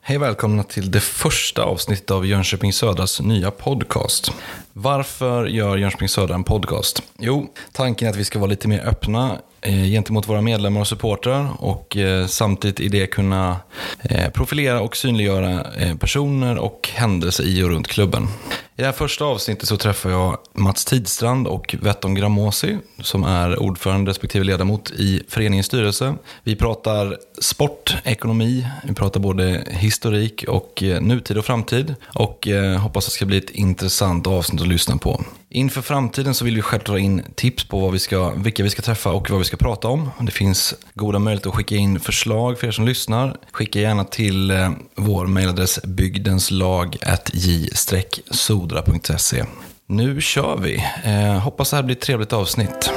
Hej, välkomna till det första avsnittet av Jönköping Södras nya podcast. Varför gör Jönköping Södra en podcast? Jo, tanken är att vi ska vara lite mer öppna gentemot våra medlemmar och supportrar och samtidigt i det kunna profilera och synliggöra personer och händelser i och runt klubben. I det här första avsnittet så träffar jag Mats Tidstrand och Vetton Gramosi som är ordförande respektive ledamot i föreningens styrelse. Vi pratar sport, ekonomi, vi pratar både historik och nutid och framtid och hoppas att det ska bli ett intressant avsnitt att lyssna på. Inför framtiden så vill vi själv dra in tips på vilka vi ska träffa och vad vi ska prata om. Det finns goda möjligheter att skicka in förslag för er som lyssnar. Skicka gärna till vår mejladress bygdenslag@j-sodra.se. Nu kör vi. Hoppas det här blir ett trevligt avsnitt.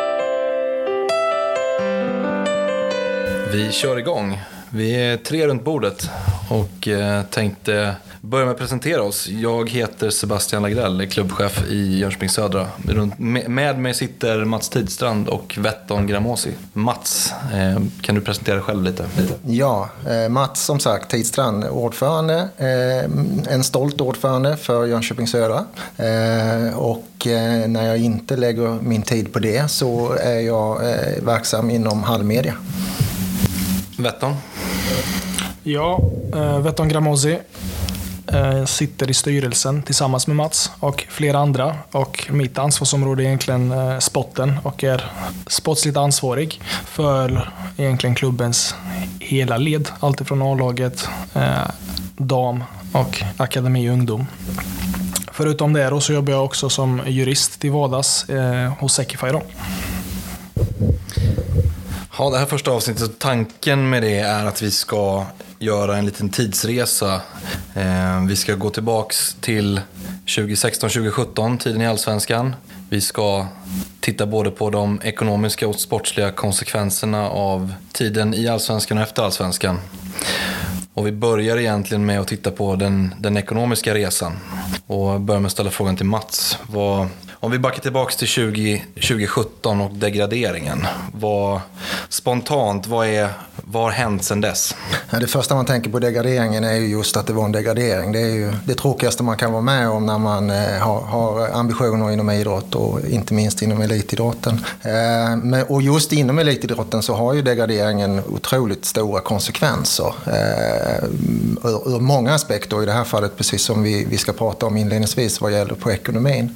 Vi kör igång. Vi är 3 runt bordet och tänkte börja med att presentera oss. Jag heter Sebastian Lagrell, är klubbchef i Jönköping Södra. Med mig sitter Mats Tidstrand och Vetton Gramosi. Mats, kan du presentera dig själv lite? Ja, Mats som sagt, Tidstrand, ordförande. En stolt ordförande för Jönköping Södra. Och när jag inte lägger min tid på det så är jag verksam inom Hallmedia. Vetton? Ja, Vetton Gramosi. Sitter i styrelsen tillsammans med Mats och flera andra, och mitt ansvarsområde är egentligen sporten och är sportsligt ansvarig för egentligen klubbens hela led, allt ifrån A-laget, dam och akademi och ungdom. Förutom det då så jobbar jag också som jurist till vardags hos Secify då. Ja, det här första avsnittet, tanken med det är att vi ska göra en liten tidsresa. Vi ska gå tillbaks till 2016-2017, tiden i Allsvenskan. Vi ska titta både på de ekonomiska och sportsliga konsekvenserna av tiden i Allsvenskan och efter Allsvenskan. Och vi börjar egentligen med att titta på den ekonomiska resan. Och börjar med att ställa frågan till Mats. Om vi backar tillbaka till 2017 och degraderingen. Spontant, vad har hänt sedan dess? Ja, det första man tänker på degraderingen är ju just att det var en degradering. Det är ju det tråkigaste man kan vara med om när man har ambitioner inom idrott och inte minst inom elitidrotten. Och just inom elitidrotten så har ju degraderingen otroligt stora konsekvenser. Ur många aspekter, i det här fallet precis som vi ska prata om inledningsvis vad gäller på ekonomin.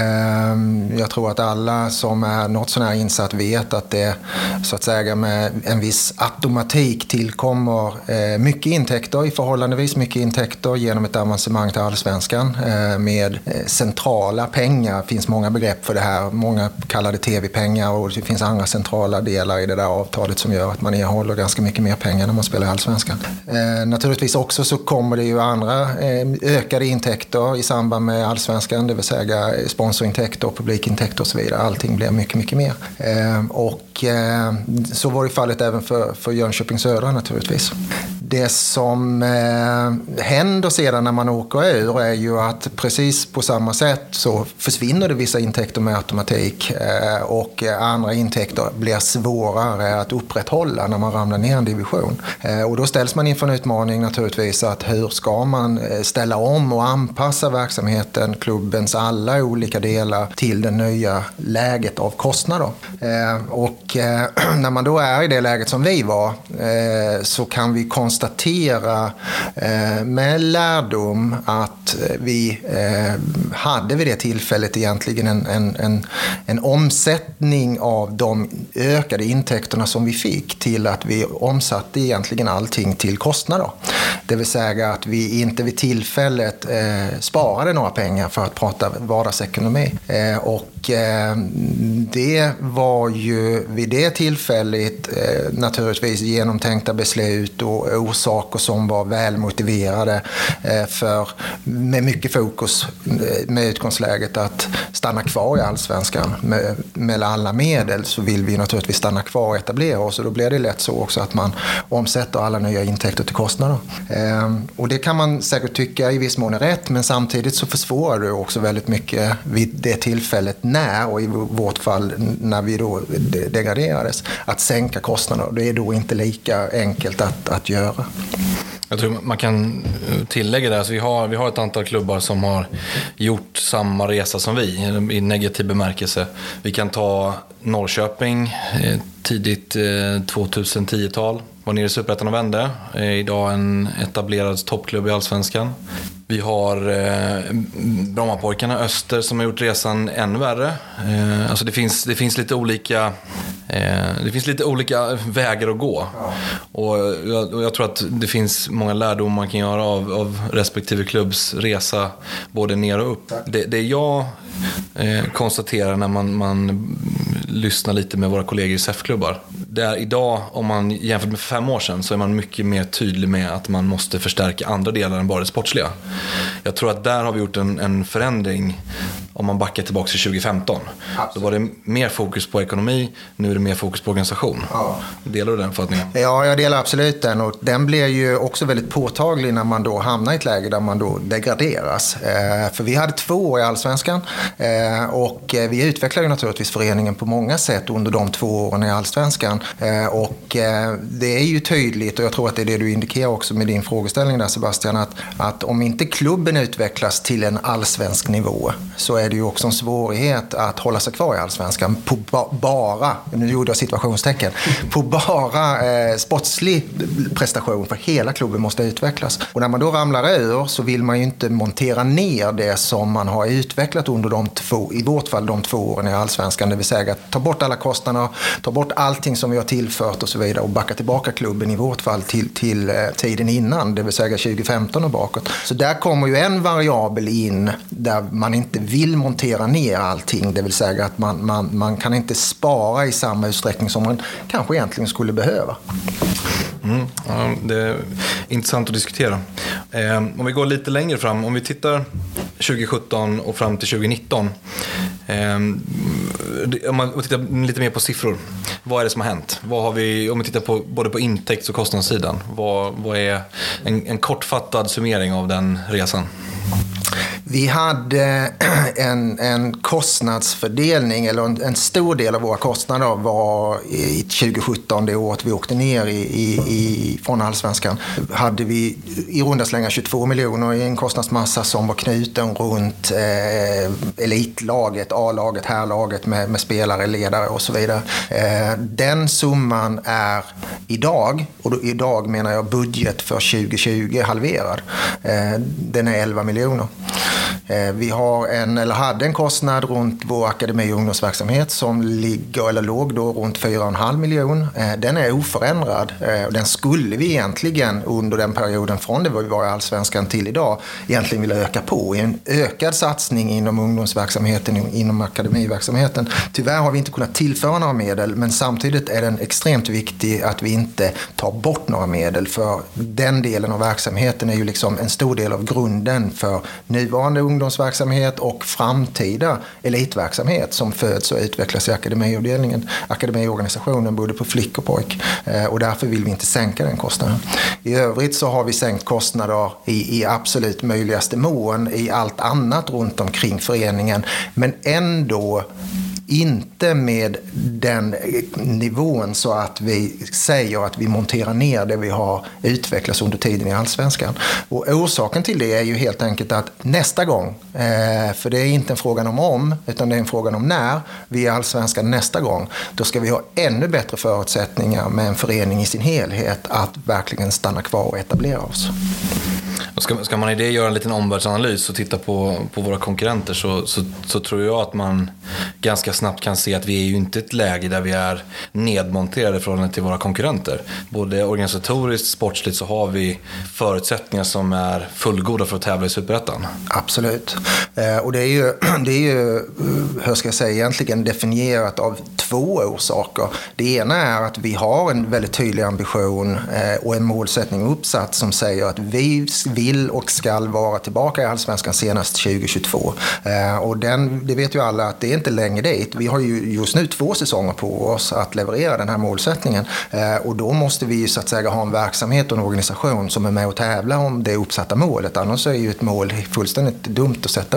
Jag tror att alla som är något sån här insatt vet att det så att säga med en viss automatik tillkommer mycket intäkter, i förhållandevis mycket intäkter genom ett avancemang till Allsvenskan med centrala pengar. Det finns många begrepp för det här. Många kallar det tv-pengar och det finns andra centrala delar i det där avtalet som gör att man erhåller ganska mycket mer pengar när man spelar i Allsvenskan. Naturligtvis också så kommer det ju andra ökade intäkter i samband med Allsvenskan, det vill säga sponsorintäkter, publikintäkter och så vidare. Allting blir mycket, mycket mer. Och så var det fallet även för Jönköping Södra naturligtvis. Det som händer sedan när man åker ur är ju att precis på samma sätt så försvinner det vissa intäkter med automatik och andra intäkter blir svårare att upprätthålla när man ramlar ner en division. Och då ställs man inför en utmaning naturligtvis att hur ska man ställa om och anpassa verksamheten, klubbens alla olika delar till det nya läget av kostnader. Och när man då är i det läget som vi var så kan vi konstatera med lärdom att vi hade vid det tillfället egentligen en omsättning av de ökade intäkterna som vi fick till att vi omsatte egentligen allting till kostnader. Det vill säga att vi inte vid tillfället sparade några pengar för att prata vardagsekonomi. Och det var ju vid det tillfället naturligtvis genomtänkta beslut och orsaker som var välmotiverade med mycket fokus med utgångsläget att stanna kvar i Allsvenskan. Med alla medel så vill vi naturligtvis stanna kvar och etablera oss, och då blir det lätt så också att man omsätter alla nya intäkter till kostnader. Och det kan man säkert tycka i viss mån är rätt, men samtidigt så försvårar det också väldigt mycket vid det tillfället och i vårt fall när vi då degraderades, att sänka kostnader. Det är då inte lika enkelt att göra. Jag tror man kan tillägga det. Alltså vi har ett antal klubbar som har gjort samma resa som vi i negativ bemärkelse. Vi kan ta Norrköping, tidigt 2010-tal. Var nere i Superettan och vände. Idag en etablerad toppklubb i Allsvenskan. Vi har Brommapojkarna Öster som har gjort resan än värre. Alltså det finns lite olika vägar att gå. Och jag tror att det finns många lärdomar man kan göra av respektive klubbs resa både ner och upp. Det jag konstaterar när man lyssnar lite med våra kollegor i SEF-klubbar. Där idag, om man jämför med 5 år sedan, så är man mycket mer tydlig med att man måste förstärka andra delar än bara det sportsliga. Jag tror att där har vi gjort en förändring om man backar tillbaka till 2015. Absolut. Då var det mer fokus på ekonomi, nu är det mer fokus på organisation. Ja. Delar du den uppfattningen? Ja, jag delar absolut den, och den blir ju också väldigt påtaglig när man då hamnar i ett läge där man då degraderas. För vi hade 2 år i Allsvenskan och vi utvecklade naturligtvis föreningen på många sätt under de 2 åren i Allsvenskan. Och det är ju tydligt, och jag tror att det är det du indikerar också med din frågeställning där, Sebastian, att om inte klubben utvecklas till en allsvensk nivå så är det ju också en svårighet att hålla sig kvar i Allsvenskan på nu gjorde jag situationstecken, på bara sportslig prestation, för hela klubben måste utvecklas. Och när man då ramlar ur så vill man ju inte montera ner det som man har utvecklat under i vårt fall de 2 åren i Allsvenskan, det vill säga att ta bort alla kostnader, ta bort allting som vi har tillfört och så vidare och backa tillbaka klubben i vårt fall till tiden innan, det vill säga 2015 och bakåt. Så där kommer ju en variabel in där man inte vill montera ner allting, det vill säga att man kan inte spara i samma utsträckning som man kanske egentligen skulle behöva. Ja, det är intressant att diskutera. Om vi går lite längre fram, om vi tittar 2017 och fram till 2019, om man tittar lite mer på siffror, vad är det som har hänt? Vad har vi, om vi tittar på både på intäkts- och kostnadssidan, vad är en kortfattad summering av den resan? Vi hade en kostnadsfördelning, eller en stor del av våra kostnader var i 2017, det året vi åkte ner från Allsvenskan, hade vi i runda slängar 22 miljoner i en kostnadsmassa som var knuten runt elitlaget, A-laget, herrlaget med spelare, ledare och så vidare. Den summan är idag, och då idag menar jag budget för 2020, halverad. Den är 11 miljoner. Vi hade en kostnad runt vår akademi- och ungdomsverksamhet som låg då runt 4,5 miljoner. Den är oförändrad. Den skulle vi egentligen under den perioden från det vi var i Allsvenskan till idag egentligen vilja öka på. En ökad satsning inom ungdomsverksamheten, inom akademiverksamheten. Tyvärr har vi inte kunnat tillföra några medel, men samtidigt är den extremt viktig att vi inte tar bort några medel, för den delen av verksamheten är ju liksom en stor del av grunden för nuvarande ungdomsverksamhet och framtida elitverksamhet som föds och utvecklas i akademiavdelningen, akademiorganisationen både på flick och pojk, och därför vill vi inte sänka den kostnaden. I övrigt så har vi sänkt kostnader i absolut möjligaste mån i allt annat runt omkring föreningen, men ändå inte med den nivån så att vi säger att vi monterar ner det vi har utvecklats under tiden i Allsvenskan. Och orsaken till det är ju helt enkelt att nästa gång, för det är inte en fråga om utan det är en fråga om när vi är Allsvenskan nästa gång, då ska vi ha ännu bättre förutsättningar med en förening i sin helhet att verkligen stanna kvar och etablera oss. Och ska man i det göra en liten omvärldsanalys och titta på våra konkurrenter så tror jag att man ganska snabbt kan se att vi är ju inte ett läge där vi är nedmonterade från till våra konkurrenter. Både organisatoriskt, sportsligt så har vi förutsättningar som är fullgoda för att tävla i Superettan. Absolut. Och det är ju hur ska jag säga, egentligen definierat av 2 orsaker. Det ena är att vi har en väldigt tydlig ambition och en målsättning uppsatt som säger att vi vill och ska vara tillbaka i Allsvenskan senast 2022. Och det vet ju alla att det är inte länge dit. Vi har ju just nu 2 säsonger på oss att leverera den här målsättningen. Och då måste vi ju så att säga ha en verksamhet och en organisation som är med och tävla om det uppsatta målet. Annars är ju ett mål fullständigt dumt att sätta upp.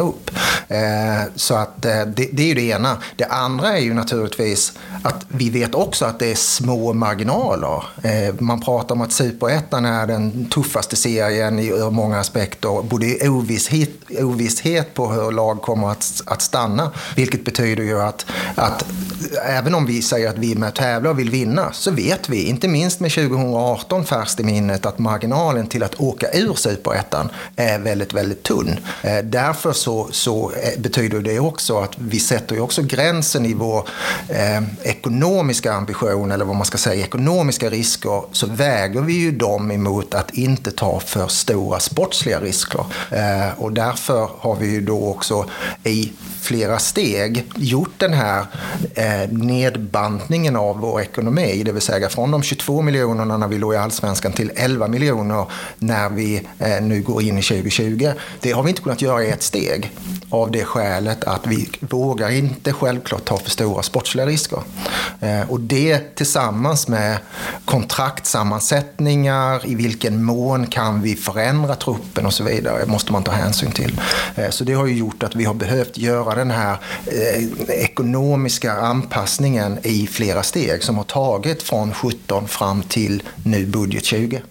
upp. Så att det är ju det ena. Det andra är ju naturligtvis att vi vet också att det är små marginaler. Man pratar om att Superettan är den tuffaste serien ur många aspekter. Både ovisshet på hur lag kommer att stanna, vilket betyder ju att även om vi säger att vi är med och tävlar och vill vinna, så vet vi, inte minst med 2018 färskt i minnet, att marginalen till att åka ur Superettan är väldigt, väldigt tunn. Därför så betyder det också att vi sätter ju också gränsen i vår ekonomiska ambition, eller vad man ska säga, ekonomiska risker, så väger vi ju dem emot att inte ta för stora sportsliga risker. Och därför har vi ju då också i flera steg gjort den här nedbantningen av vår ekonomi, det vill säga från de 22 miljonerna när vi låg i Allsvenskan till 11 miljoner när vi nu går in i 2020. Det har vi inte kunnat göra i ett steg, av det skälet att vi vågar inte självklart ta för stora sportsliga risker. Och det tillsammans med kontraktsammansättningar, i vilken mån kan vi förändra truppen och så vidare, måste man ta hänsyn till. Så det har ju gjort att vi har behövt göra den här ekonomiska anpassningen i flera steg som har tagit från 17 fram till nu budget 20.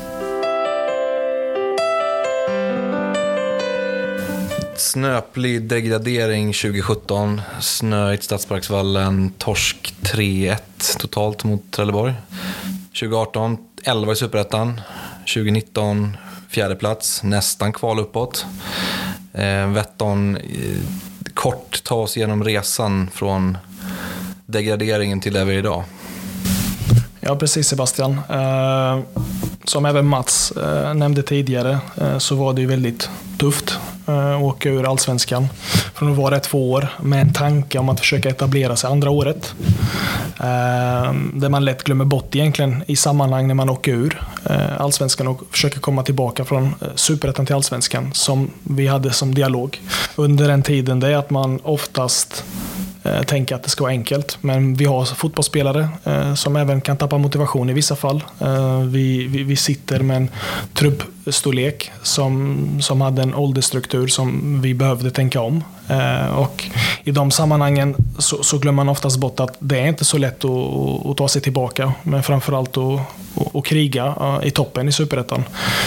Snöplig degradering 2017, snö i Stadsparksvallen, torsk 3-1 totalt mot Trelleborg. 2018, 11 i Superettan. 2019, 4:e plats, nästan kval uppåt. Wetton, kort ta oss igenom resan från degraderingen till där vi är idag. Ja, precis Sebastian. Som även Mats nämnde tidigare så var det ju väldigt tufft att åka ur Allsvenskan från att vara 2 år med en tanke om att försöka etablera sig andra året. Det man lätt glömmer bort egentligen i sammanhang när man åker ur Allsvenskan och försöker komma tillbaka från Superettan till Allsvenskan, som vi hade som dialog under den tiden, det är att man oftast tänker att det ska vara enkelt, men vi har fotbollsspelare som även kan tappa motivation i vissa fall. Vi sitter med en truppstorlek som hade en åldersstruktur som vi behövde tänka om, och i de sammanhangen så glömmer man oftast bort att det är inte så lätt att ta sig tillbaka, men framförallt att kriga i toppen i Superettan.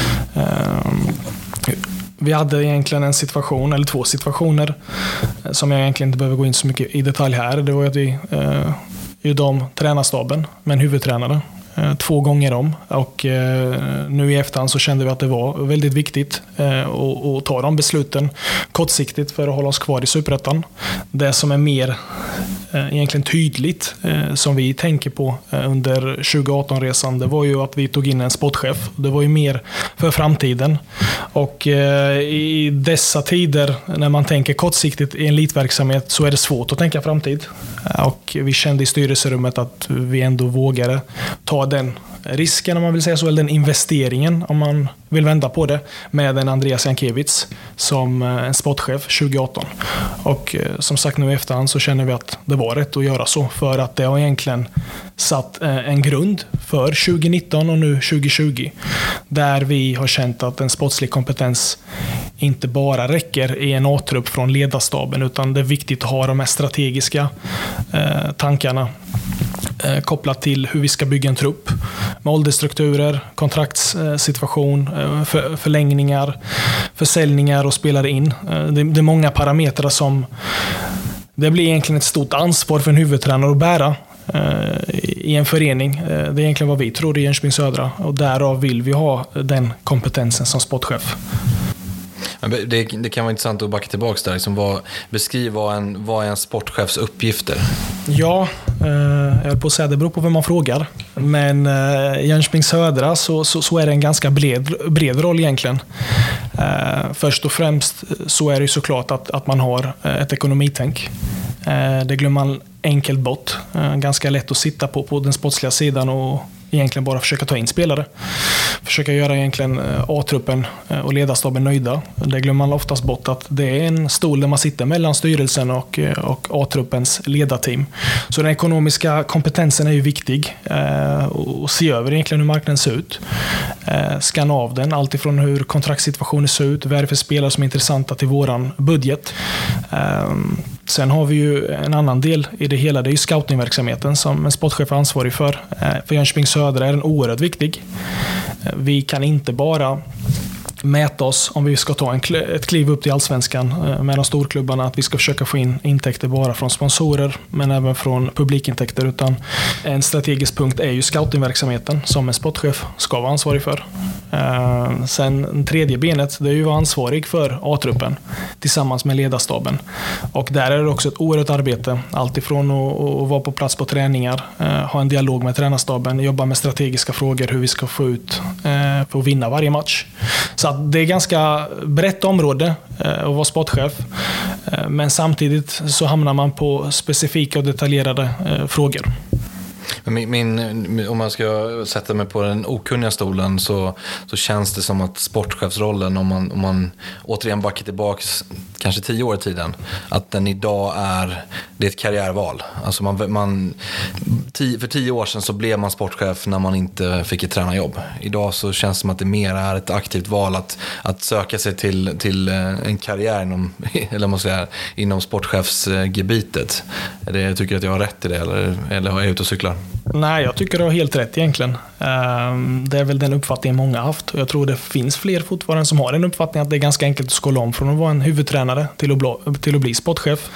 Vi hade egentligen en situation, eller 2 situationer, som jag egentligen inte behöver gå in så mycket i detalj här. Det var att vi gjorde om tränarstaben med en huvudtränare 2 gånger om, och nu i efterhand så kände vi att det var väldigt viktigt att ta de besluten kortsiktigt för att hålla oss kvar i Superettan. Det som är mer egentligen tydligt som vi tänker på under 2018-resan, det var ju att vi tog in en sportchef. Det var ju mer för framtiden, och i dessa tider när man tänker kortsiktigt i en elitverksamhet så är det svårt att tänka framtid, och vi kände i styrelserummet att vi ändå vågade ta den risken, om man vill säga så, eller den investeringen, om man vill vända på det, med en Andreas Jankiewicz som en sportchef 2018. Och som sagt, nu i efterhand så känner vi att det var rätt att göra så, för att det har egentligen satt en grund för 2019 och nu 2020, där vi har känt att en sportslig kompetens inte bara räcker i en A-trupp från ledarstaben, utan det är viktigt att ha de här strategiska tankarna kopplat till hur vi ska bygga en trupp med åldersstrukturer, kontraktssituation, förlängningar, försäljningar och spelare in. Det är många parametrar som det blir egentligen ett stort ansvar för en huvudtränare att bära i en förening. Det är egentligen vad vi tror i Jönköping Södra, och därav vill vi ha den kompetensen som sportchef. Det kan vara intressant att backa tillbaka där. Liksom beskriv vad är en sportchefs uppgifter? Ja, jag höll på att säga, det beror på vem man frågar. Men i Jönköping Södra så är det en ganska bred roll egentligen. Först och främst så är det ju såklart att man har ett ekonomitänk. Det glömmer man enkelt bort. Ganska lätt att sitta på den sportsliga sidan och egentligen bara försöka ta in spelare. Försöka göra egentligen A-truppen och ledarstaben nöjda. Det glömmer man oftast bort, att det är en stol där man sitter mellan styrelsen och A-truppens ledarteam. Så den ekonomiska kompetensen är ju viktig. Och se över egentligen hur marknaden ser ut. Skanna av den, alltifrån hur kontraktssituationen ser ut, vad är det för spelare som är intressanta till våran budget. Sen har vi ju en annan del i det hela, det är ju scoutingverksamheten som en sportchef är ansvarig för. För Jönköping Södra är den oerhört viktig. Vi kan inte bara mäta oss om vi ska ta ett kliv upp till Allsvenskan med de storklubbarna, att vi ska försöka få in intäkter bara från sponsorer men även från publikintäkter, utan en strategisk punkt är ju scoutingverksamheten som en sportchef ska vara ansvarig för. Sen tredje benet, det är ju att vara ansvarig för A-truppen tillsammans med ledarstaben, och där är det också ett oerhört arbete, alltifrån att vara på plats på träningar, ha en dialog med tränarstaben, jobba med strategiska frågor, hur vi ska få ut för att vinna varje match. Så att det är ganska brett område att vara sportchef, men samtidigt så hamnar man på specifika och detaljerade frågor. Om man ska sätta mig på den okunniga stolen så känns det som att sportchefsrollen, om man återigen backar tillbaks kanske 10 år i tiden, att den idag det är ett karriärval. Alltså för 10 år sedan så blev man sportchef när man inte fick ett tränarjobb. Idag så känns det som att det mer är ett aktivt val att söka sig till en karriär inom sportchefsgebitet. Jag tycker att jag har rätt i det, eller har jag ute och cyklar? Nej, jag tycker du har helt rätt egentligen. Det är väl den uppfattningen många har haft. Och jag tror det finns fler fortfarande som har en uppfattning att det är ganska enkelt att skola om från att vara en huvudtränare till att bli sportchef.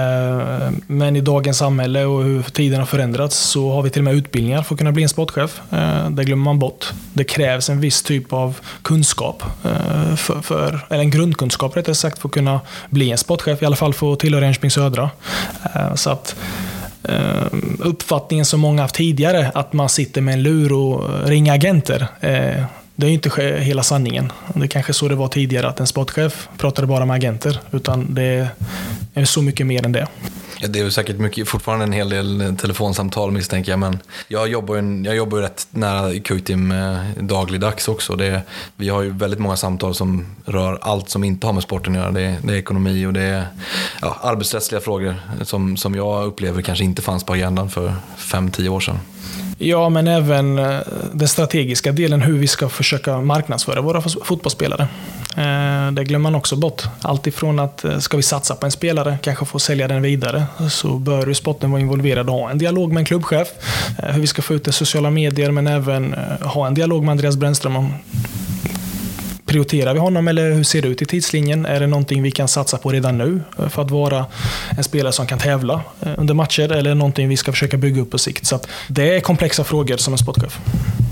Men i dagens samhälle och hur tiden har förändrats så har vi till och med utbildningar för att kunna bli en sportchef. Det glömmer man bort. Det krävs en viss typ av kunskap, eller en grundkunskap rättare sagt, för att kunna bli en sportchef, i alla fall för att tillhöra Jönköping Södra. Så att uppfattningen som många haft tidigare, att man sitter med en lur och ringer agenter, det är ju inte hela sanningen. Det är kanske så det var tidigare, att en sportchef pratade bara med agenter, utan det är så mycket mer än det. Ja, det är ju säkert fortfarande en hel del telefonsamtal, misstänker jag, men jag jobbar ju rätt nära Q-team dagligdags också. Vi har ju väldigt många samtal som rör allt som inte har med sporten att göra. Det är ekonomi och det är arbetsrättsliga frågor som jag upplever kanske inte fanns på agendan för 5-10 år sedan. Ja, men även den strategiska delen, hur vi ska försöka marknadsföra våra fotbollsspelare. Det glömmer man också bort. Allt ifrån att ska vi satsa på en spelare, kanske få sälja den vidare, så bör ju sporten vara involverad och ha en dialog med en klubbchef. Hur vi ska få ut det i sociala medier, men även ha en dialog med Andreas Brännström om prioriterar vi honom, eller hur ser det ut i tidslinjen? Är det någonting vi kan satsa på redan nu för att vara en spelare som kan tävla under matcher, eller någonting vi ska försöka bygga upp på sikt? Så att det är komplexa frågor som en sportchef.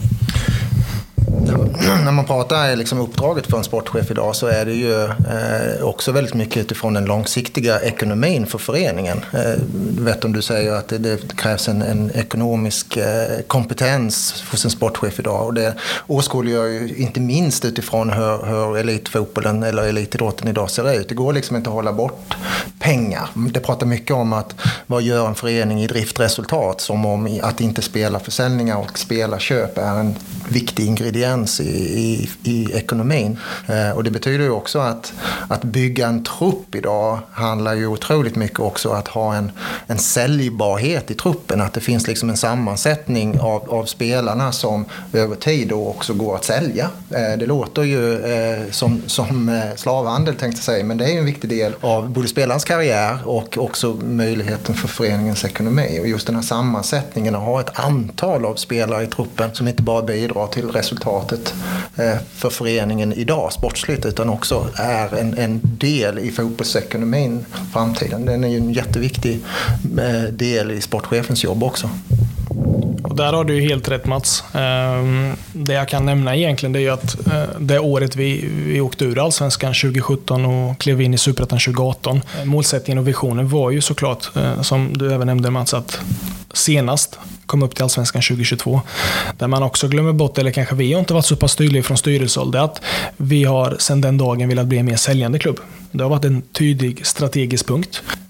När man pratar liksom uppdraget för en sportchef idag, så är det ju också väldigt mycket utifrån den långsiktiga ekonomin för föreningen. Du vet, om du säger att det krävs en ekonomisk kompetens hos en sportchef idag, och det åskådliggör ju inte minst utifrån hur elitfotbollen eller elitidrotten idag ser ut. Det går liksom inte att hålla bort pengar. Det pratar mycket om att vad gör en förening i driftresultat, som om att inte spela försäljningar och spelarköp är en viktig ingrediens i ekonomin. Och det betyder ju också att bygga en trupp idag handlar ju otroligt mycket också att ha en säljbarhet i truppen, att det finns liksom en sammansättning av spelarna som över tid då också går att sälja. Det låter ju som slavhandel, tänkte jag säga, men det är ju en viktig del av både spelarens karriär och också möjligheten för föreningens ekonomi. Och just den här sammansättningen, att ha ett antal av spelare i truppen som inte bara bidrar till resultatet för föreningen idag sportsligt, utan också är en del i fotbollsekonomin framtiden. Den är ju en jätteviktig del i sportchefens jobb också. Och där har du ju helt rätt, Mats. Det jag kan nämna egentligen, det är ju att det året vi åkte ur Allsvenskan 2017 och klev in i Superettan 2018. Målsättningen och visionen var ju såklart, som du även nämnde, Mats, att senast kom upp till Allsvenskan 2022. Där man också glömmer bort, eller kanske vi har inte varit så pass tydliga från styrelsehåll, det är att vi har sedan den dagen velat bli en mer säljande klubb. Det har varit en tydlig strategisk punkt.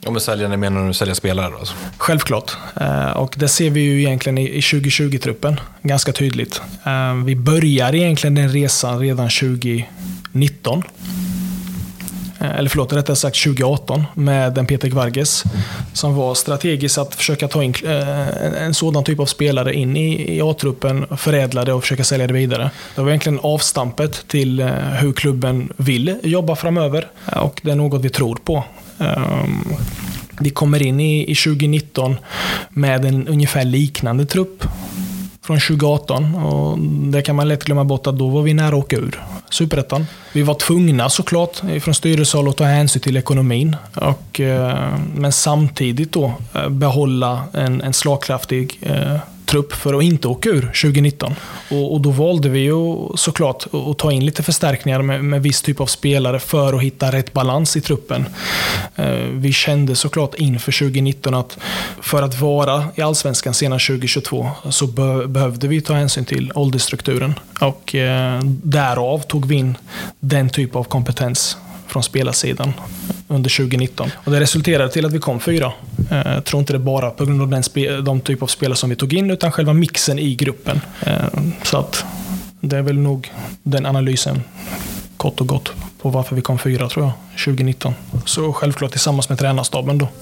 Om vi säljer, menar du sälja spelare då? Alltså? Självklart. Och det ser vi ju egentligen i 2020-truppen ganska tydligt. Vi börjar egentligen den resan redan 2019. Eller förlåt, rättare sagt 2018 med en Peter Vargas som var strategiskt att försöka ta in en sådan typ av spelare in i A-truppen, förädla det och försöka sälja det vidare. Det var egentligen avstampet till hur klubben vill jobba framöver och det är något vi tror på. Vi kommer in i 2019 med en ungefär liknande trupp från 2018 och det kan man lätt glömma bort att då var vi nära att åka ur Superettan. Vi var tvungna såklart från styrelsehåll att ta hänsyn till ekonomin men samtidigt då behålla en slagkraftig trupp för att inte åka ur 2019. Och då valde vi ju såklart att ta in lite förstärkningar med viss typ av spelare för att hitta rätt balans i truppen. Vi kände såklart inför 2019 att för att vara i Allsvenskan senast 2022 så behövde vi ta hänsyn till åldersstrukturen och därav tog vi in den typ av kompetens från spelarsidan under 2019. Och det resulterade till att vi kom 4. Jag tror inte det bara på grund av de typ av spelare som vi tog in utan själva mixen i gruppen. Så att det är väl nog den analysen kort och gott på varför vi kom 4 tror jag 2019. Så självklart tillsammans med tränarstaben då.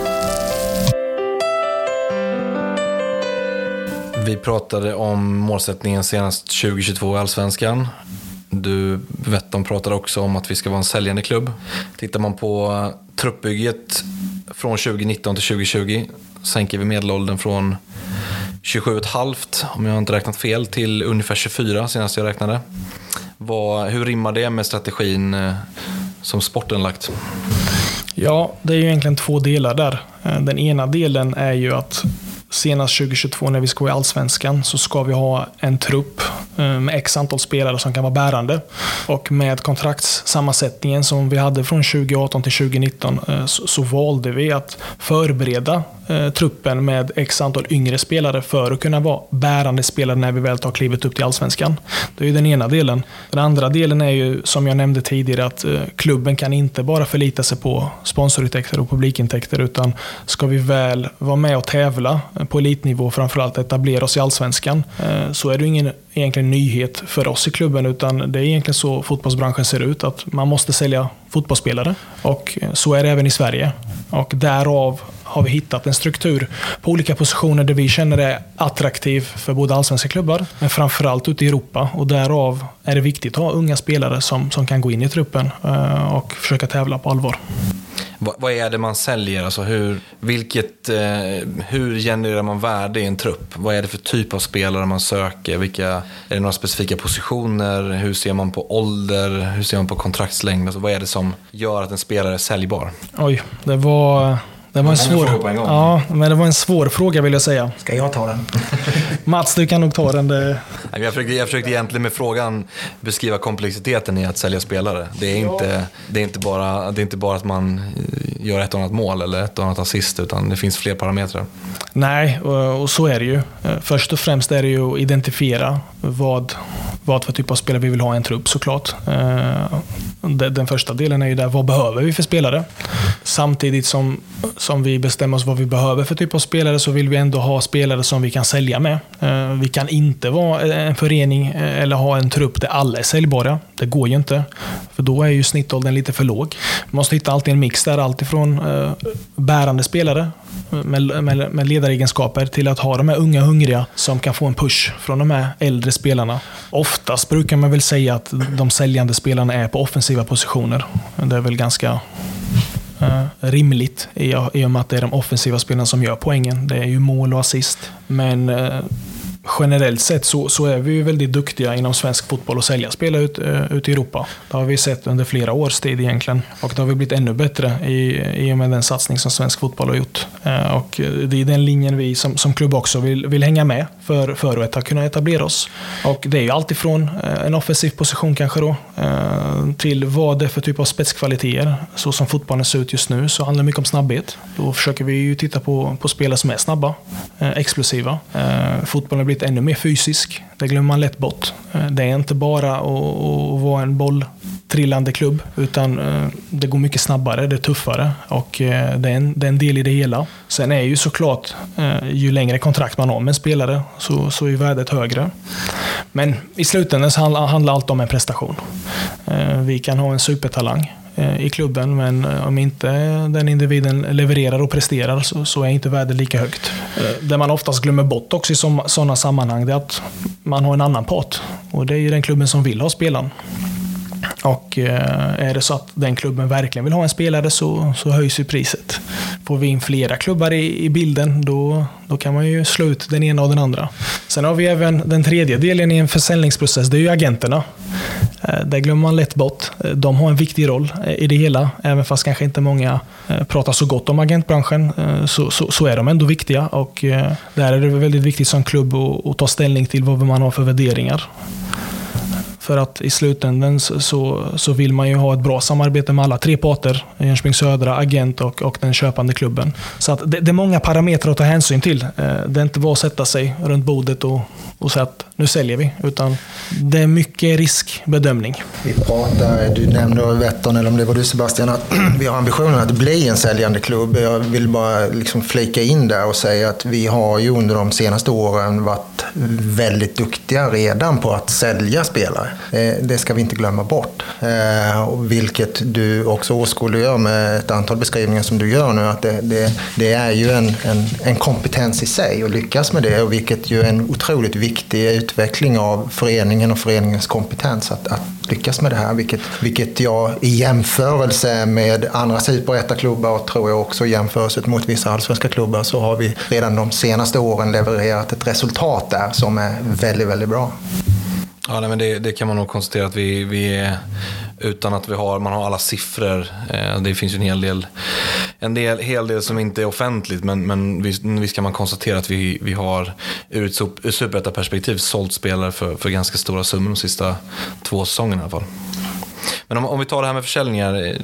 Vi pratade om målsättningen senast 2022 i Allsvenskan. De pratade också om att vi ska vara en säljande klubb. Tittar man på truppbygget från 2019 till 2020 sänker vi medelåldern från 27,5 om jag inte räknat fel till ungefär 24 senast jag räknade. Hur rimmar det med strategin som sporten lagt? Ja, det är ju egentligen 2 delar där. Den ena delen är ju att senast 2022 när vi ska i Allsvenskan så ska vi ha en trupp med x antal spelare som kan vara bärande. Och med kontraktssammansättningen som vi hade från 2018 till 2019 så valde vi att förbereda truppen med x antal yngre spelare för att kunna vara bärande spelare när vi väl tar klivet upp till Allsvenskan. Det är ju den ena delen. Den andra delen är ju som jag nämnde tidigare att klubben kan inte bara förlita sig på sponsorintäkter och publikintäkter utan ska vi väl vara med och tävla på elitnivå framförallt etablera oss i Allsvenskan så är det ingen egentligen nyhet för oss i klubben utan det är egentligen så fotbollsbranschen ser ut att man måste sälja fotbollsspelare och så är det även i Sverige och därav har vi hittat en struktur på olika positioner där vi känner det attraktiv för både allsvenska klubbar men framförallt ute i Europa och därav är det viktigt att ha unga spelare som kan gå in i truppen och försöka tävla på allvar. Vad är det man säljer? Alltså hur genererar man värde i en trupp? Vad är det för typ av spelare man söker? Är det några specifika positioner? Hur ser man på ålder? Hur ser man på kontraktslängd? Alltså vad är det som gör att en spelare är säljbar? Oj, det var en svår fråga på en gång. Ja, men det var en svår fråga vill jag säga. Ska jag ta den? Mats, du kan nog ta den. Jag försökte egentligen med frågan beskriva komplexiteten i att sälja spelare. Det är inte bara att man gör ett och annat mål eller ett och annat assist utan det finns fler parametrar. Nej, och så är det ju. Först och främst är det ju att identifiera vad för typ av spelare vi vill ha i en trupp såklart. Den första delen är ju där, vad behöver vi för spelare? Samtidigt som vi bestämmer oss vad vi behöver för typ av spelare så vill vi ändå ha spelare som vi kan sälja med. Vi kan inte vara en förening eller ha en trupp där alla är säljbara. Det går ju inte. För då är ju snittåldern lite för låg. Vi måste hitta alltid en mix där, alltifrån bärande spelare med ledaregenskaper till att ha de här unga hungriga som kan få en push från de här äldre spelarna. Oftast brukar man väl säga att de säljande spelarna är på offensiva positioner. Det är väl ganska rimligt i och med att det är de offensiva spelarna som gör poängen. Det är ju mål och assist. Men generellt sett så är vi ju väldigt duktiga inom svensk fotboll att sälja spelare ut i Europa. Det har vi sett under flera års tid egentligen. Och det har vi blivit ännu bättre i och med den satsning som svensk fotboll har gjort. Och det är den linjen vi som klubb också vill hänga med för att kunna etablera oss. Och det är ju alltid från en offensiv position kanske då till vad det är för typ av spetskvaliteter. Så som fotbollen ser ut just nu så handlar det mycket om snabbhet. Då försöker vi ju titta på spelare som är snabba, explosiva. Fotbollen har blivit ännu mer fysisk. Det glömmer man lätt bort. Det är inte bara att vara en bolltränare trillande klubb, utan det går mycket snabbare, det är tuffare och det är en del i det hela. Sen är ju såklart, ju längre kontrakt man har med en spelare så är värdet högre. Men i slutändan så handlar allt om en prestation. Vi kan ha en supertalang i klubben, men om inte den individen levererar och presterar så är inte värdet lika högt. Det man oftast glömmer bort också i sådana sammanhang är att man har en annan part, och det är ju den klubben som vill ha spelaren. Och är det så att den klubben verkligen vill ha en spelare så höjs ju priset. Får vi in flera klubbar i bilden då kan man ju slå ut den ena och den andra. Sen har vi även den tredje delen i en försäljningsprocess, det är ju agenterna. Där glömmer man lätt bort. De har en viktig roll i det hela, även fast kanske inte många pratar så gott om agentbranschen, så är de ändå viktiga, och där är det väldigt viktigt som klubb att ta ställning till vad man har för värderingar. För att i slutändan så vill man ju ha ett bra samarbete med alla tre parter, Jönköping Södra, agent och den köpande klubben. Så att det är många parametrar att ta hänsyn till. Det är inte bara att sätta sig runt bordet och säga att nu säljer vi, utan det är mycket riskbedömning. Du nämnde Vättern, eller om det var du Sebastian, att vi har ambitionen att bli en säljande klubb. Jag vill bara flika in där och säga att vi har ju under de senaste åren varit väldigt duktiga redan på att sälja spelare. Det ska vi inte glömma bort. Vilket du också åskådliggör med ett antal beskrivningar som du gör nu, att det är ju en kompetens i sig att lyckas med det, och vilket ju är en otroligt viktig utveckling av föreningen och föreningens kompetens att lyckas med det här, vilket jag i jämförelse med andra superettaklubbar, och tror jag också i jämförelse mot vissa allsvenska klubbar, så har vi redan de senaste åren levererat ett resultat där som är väldigt, väldigt bra. Ja, nej, men det kan man nog konstatera att vi är, utan att man har alla siffror. Det finns ju en hel del som inte är offentligt, men visst kan man konstatera att vi har ur ett superettaperspektiv sålt spelare för ganska stora summor de sista 2 säsongerna i alla fall. Men om vi tar det här med försäljningar,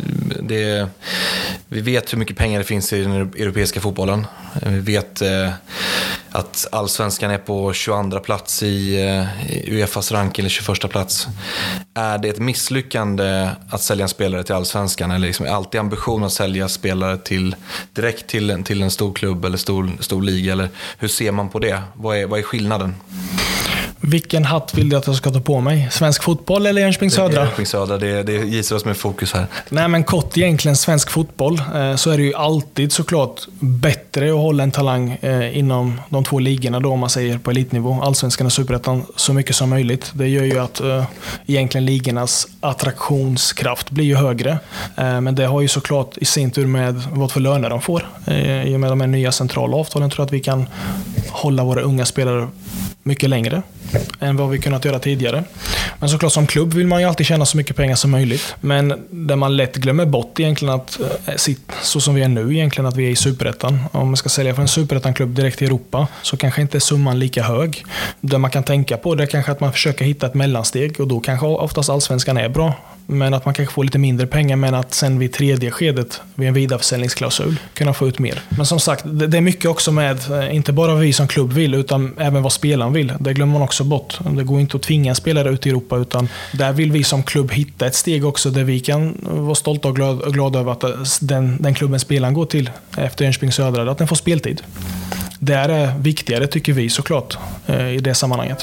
vi vet hur mycket pengar det finns i den europeiska fotbollen. Vi vet att allsvenskan är på 22 plats i UEFAs ranking, eller 21 plats. Är det ett misslyckande att sälja en spelare till allsvenskan, eller liksom är alltid ambition att sälja spelare direkt till en stor klubb eller stor liga, eller hur ser man på det? Vad är skillnaden? Vilken hatt vill du att jag ska ta på mig? Svensk fotboll eller Jönköping Södra? Jönköping Södra, det gissar oss med fokus här. Nej, men kort egentligen svensk fotboll, så är det ju alltid såklart bättre att hålla en talang inom de 2 ligorna då, om man säger på elitnivå, allsvenskan och superettan, så mycket som möjligt. Det gör ju att egentligen ligornas attraktionskraft blir ju högre. Men det har ju såklart i sin tur med vad för löner de får. I och med de här nya centrala avtalen tror jag att vi kan hålla våra unga spelare mycket längre än vad vi kunnat göra tidigare. Men såklart som klubb vill man ju alltid tjäna så mycket pengar som möjligt. Men det man lätt glömmer bort egentligen att så som vi är nu egentligen, att vi är i superettan. Om man ska sälja för en superettan-klubb direkt till Europa så kanske inte summan lika hög. Det man kan tänka på det är kanske att man försöker hitta ett mellansteg, och då kanske oftast allsvenskan är bra. Men att man kanske får lite mindre pengar, men att sen vid tredje skedet, vid en vidareförsäljningsklausul, kunna få ut mer. Men som sagt, det är mycket också med, inte bara vi som klubb vill, utan även vad spelaren vill. Det glömmer man också bort. Det går inte att tvinga spelare ut i Europa, utan där vill vi som klubb hitta ett steg också där vi kan vara stolta och glada över att den klubben spelaren går till efter Jönköping Södra, att den får speltid. Det är viktigare, tycker vi såklart, i det sammanhanget.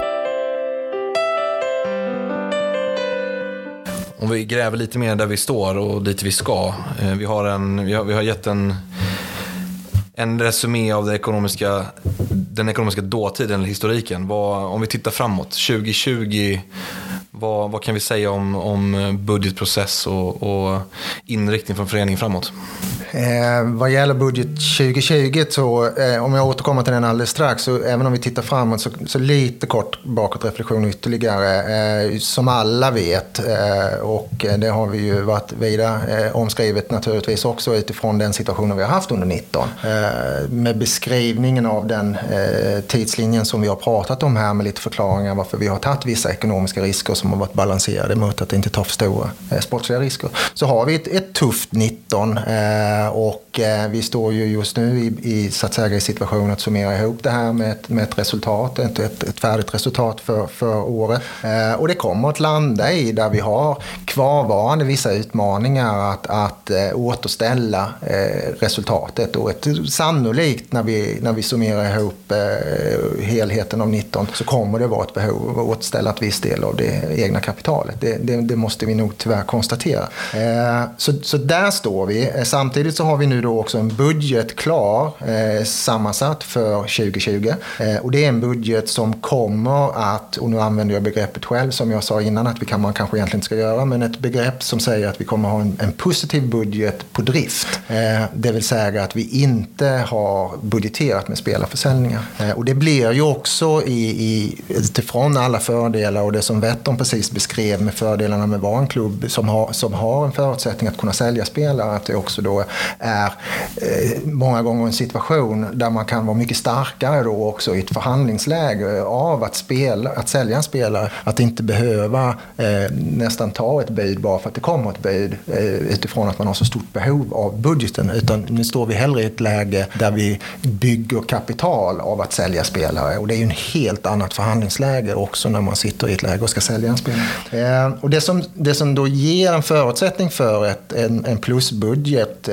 Om vi gräver lite mer där vi står och dit vi ska. Vi har gett en resumé av den ekonomiska dåtiden eller historiken. Om vi tittar framåt, 2020, vad kan vi säga om budgetprocess och inriktning från föreningen framåt? Vad gäller budget 2020 så, om jag återkommer till den alldeles strax, så även om vi tittar framåt så lite kort bakåtreflektion ytterligare, som alla vet, och det har vi ju varit vidare omskrivet naturligtvis också utifrån den situationen vi har haft under 19, med beskrivningen av den tidslinjen som vi har pratat om här, med lite förklaringar varför vi har tagit vissa ekonomiska risker som har varit balanserade mot att inte ta för stora sportsliga risker. Så har vi ett tufft 19, Och vi står ju just nu i så att säga i situation att summera ihop det här med ett resultat, ett färdigt resultat för året. Och det kommer att landa i där vi har kvarvarande vissa utmaningar att återställa resultatet. Och sannolikt när vi summerar ihop helheten av 19 så kommer det vara ett behov av att återställa ett viss del av det egna kapitalet. Det måste vi nog tyvärr konstatera. Så där står vi. Samtidigt så har vi nu då också en budget klar, sammansatt för 2020. Och det är en budget som kommer att, och nu använder jag begreppet själv som jag sa innan att man kanske egentligen inte ska göra, men ett begrepp som säger att vi kommer ha en positiv budget på drift. Det vill säga att vi inte har budgeterat med spelarförsäljningar. Och det blir ju också utifrån alla fördelar och det som Wetton precis beskrev med fördelarna med att vara en klubb som har en förutsättning att kunna sälja spelare, att det också då är många gånger en situation där man kan vara mycket starkare då också i ett förhandlingsläge av att sälja en spelare, att inte behöva nästan ta ett bud bara för att det kommer ett bud utifrån att man har så stort behov av budgeten, utan nu står vi hellre i ett läge där vi bygger kapital av att sälja spelare, och det är ju en helt annat förhandlingsläge också när man sitter i ett läge och ska sälja en spelare. Och det som då ger en förutsättning för en plusbudget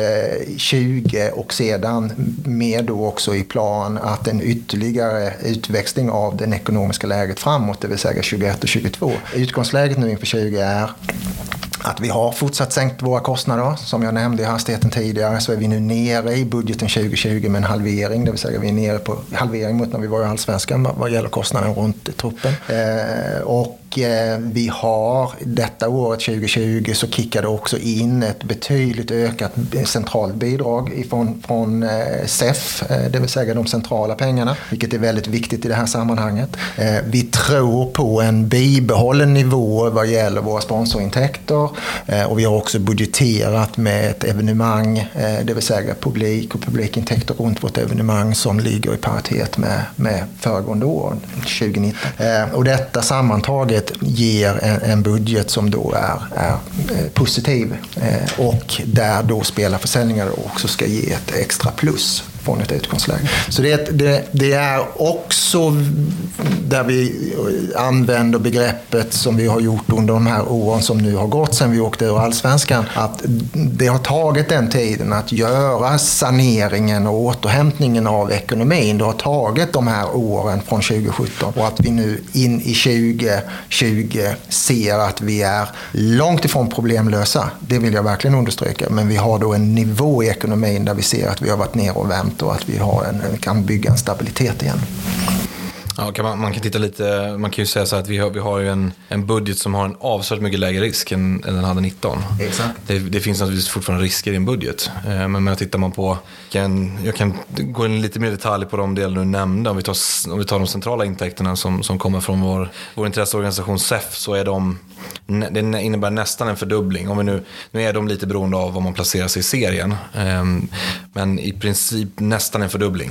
20 och sedan med då också i plan att en ytterligare utväxling av den ekonomiska läget framåt, det vill säga 21 och 22. Utgångsläget nu inför 20 är att vi har fortsatt sänkt våra kostnader. Som jag nämnde i hastigheten tidigare så är vi nu nere i budgeten 2020 med en halvering. Det vill säga vi är nere på halvering mot när vi var i Allsvenskan vad gäller kostnaden runt truppen. Och vi har detta året 2020 så kickade också in ett betydligt ökat centralt bidrag från SEF, det vill säga de centrala pengarna, vilket är väldigt viktigt i det här sammanhanget. Vi tror på en bibehållen nivå vad gäller våra sponsorintäkter, och vi har också budgeterat med ett evenemang, det vill säga publik och publikintäkter runt vårt evenemang som ligger i paritet med föregående år, 2019. Och detta sammantaget ger en budget som då är positiv, och där då spelarförsäljningar också ska ge ett extra plus från ett utgångsläge. Så det är också där vi använder begreppet som vi har gjort under de här åren som nu har gått sedan vi åkte ur Allsvenskan, att det har tagit den tiden att göra saneringen och återhämtningen av ekonomin. Det har tagit de här åren från 2017, och att vi nu in i 2020 ser att vi är långt ifrån problemlösa. Det vill jag verkligen understryka, men vi har då en nivå i ekonomin där vi ser att vi har varit ner och vänt och att vi kan bygga en stabilitet igen. Ja, man kan titta lite, man kan ju säga så att vi har ju en budget som har en avsevärt mycket lägre risk än den hade 19. Exakt. Det finns naturligtvis fortfarande risker i en budget. Men tittar man på, jag kan gå in lite mer detalj på de delar du nämnde. Om vi tar de centrala intäkterna som kommer från vår intresseorganisation SEF, så är det innebär nästan en fördubbling. Om vi nu är de lite beroende av vad man placerar sig i serien. Men i princip nästan en fördubbling.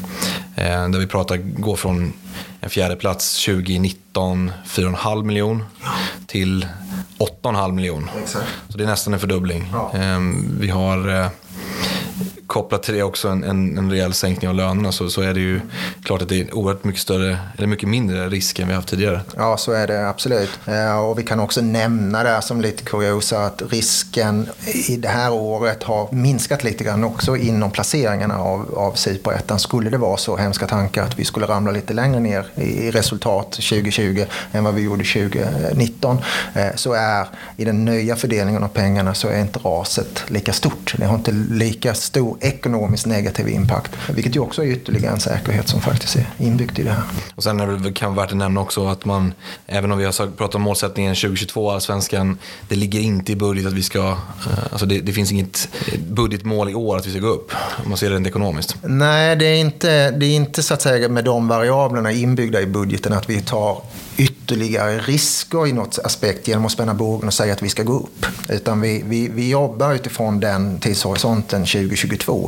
Där vi går från en fjärde plats 2019 4,5 miljon till 8,5 miljon. Exakt. Så det är nästan en fördubbling. Ja. Vi har kopplat till det också en rejäl sänkning av lönerna, så är det ju klart att det är oerhört mycket större eller mycket mindre risk än vi har haft tidigare. Ja, så är det absolut. Och vi kan också nämna det som lite kuriosa att risken i det här året har minskat lite grann också inom placeringarna av Superettan. Skulle det vara så hemska tankar att vi skulle ramla lite längre ner i resultat 2020 än vad vi gjorde 2019, så är i den nya fördelningen av pengarna så är inte raset lika stort. Det har inte lika stor ekonomiskt negativ impact, vilket ju också är ytterligare en säkerhet som faktiskt är inbyggt i det här. Och sen är det kan värt att nämna också att man, även om vi har pratat om målsättningen 2022 Allsvenskan, det ligger inte i budget att vi ska, alltså det finns inget budgetmål i år att vi ska gå upp, om man ser det rent ekonomiskt. Nej, det är inte så att säga med de variablerna inbyggda i budgeten att vi tar ytterligare risker i något aspekt genom att spänna bågen och säga att vi ska gå upp. Utan vi jobbar utifrån den tidshorisonten 2022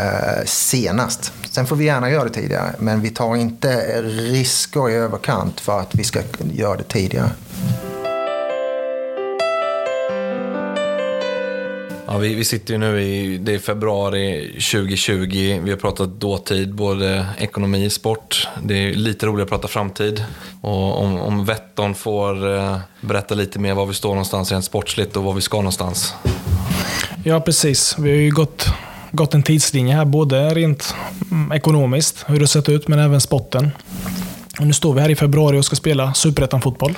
senast. Sen får vi gärna göra det tidigare, men vi tar inte risker i överkant för att vi ska göra det tidigare. Ja, vi sitter ju nu det är februari 2020. Vi har pratat dåtid, både ekonomi, sport. Det är lite roligt att prata framtid. Och om Wetton får berätta lite mer var vi står någonstans rent sportsligt och var vi ska någonstans. Ja, precis. Vi har ju gått en tidslinje här, både rent ekonomiskt, hur det sett ut, men även sporten. Och nu står vi här i februari och ska spela Superettan-fotboll.